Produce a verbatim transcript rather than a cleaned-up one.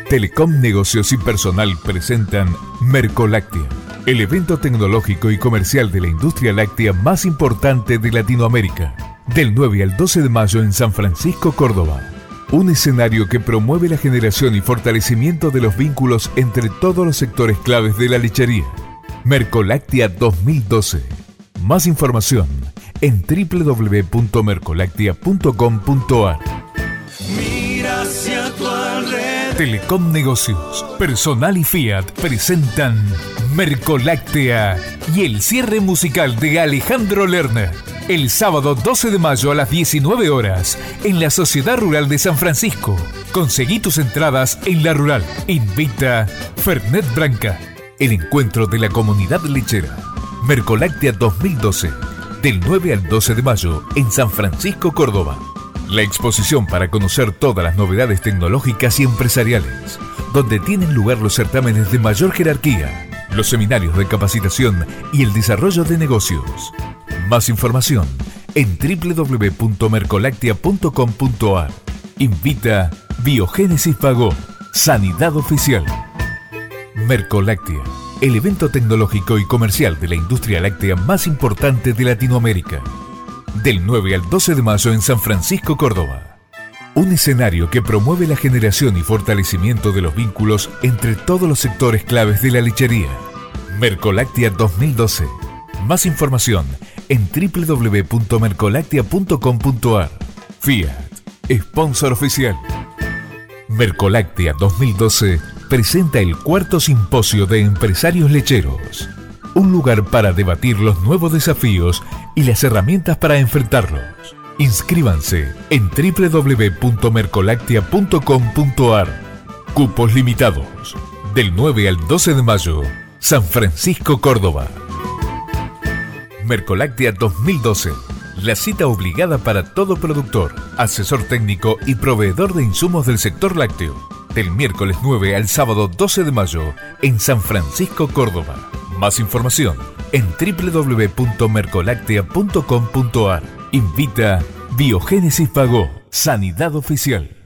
Telecom Negocios y Personal presentan Mercoláctea, el evento tecnológico y comercial de la industria láctea más importante de Latinoamérica, del nueve al doce de mayo en San Francisco, Córdoba. Un escenario que promueve la generación y fortalecimiento de los vínculos entre todos los sectores claves de la lechería. Mercoláctea dos mil doce. Más información en doble u doble u doble u punto mercoláctea punto com punto a r. Mira hacia tu alrededor. Telecom Negocios, Personal y Fiat presentan Mercoláctea y el cierre musical de Alejandro Lerner. El sábado doce de mayo a las diecinueve horas en la Sociedad Rural de San Francisco. Conseguí tus entradas en La Rural. Invita Fernet Branca. El encuentro de la comunidad lechera. Mercoláctea dos mil doce. Del nueve al doce de mayo en San Francisco, Córdoba. La exposición para conocer todas las novedades tecnológicas y empresariales, donde tienen lugar los certámenes de mayor jerarquía, los seminarios de capacitación y el desarrollo de negocios. Más información en doble u doble u doble u punto mercoláctea punto com punto a r. Invita Biogénesis Pagó, Sanidad Oficial. Mercoláctea, el evento tecnológico y comercial de la industria láctea más importante de Latinoamérica. Del nueve al doce de mayo en San Francisco, Córdoba. Un escenario que promueve la generación y fortalecimiento de los vínculos entre todos los sectores claves de la lechería. Mercoláctea dos mil doce. Más información en doble u doble u doble u punto mercoláctea punto com punto a r. Fiat, sponsor oficial. Mercoláctea dos mil doce presenta el cuarto simposio de empresarios lecheros. Un lugar para debatir los nuevos desafíos y las herramientas para enfrentarlos. Inscríbanse en doble u doble u doble u punto mercoláctea punto com punto a r. Cupos limitados. Del nueve al doce de mayo, San Francisco, Córdoba. Mercoláctea dos mil doce. La cita obligada para todo productor, asesor técnico y proveedor de insumos del sector lácteo. Del miércoles nueve al sábado doce de mayo en San Francisco, Córdoba. Más información en doble u doble u doble u punto mercoláctea punto com punto a r. Invita Biogénesis Pagó, Sanidad Oficial.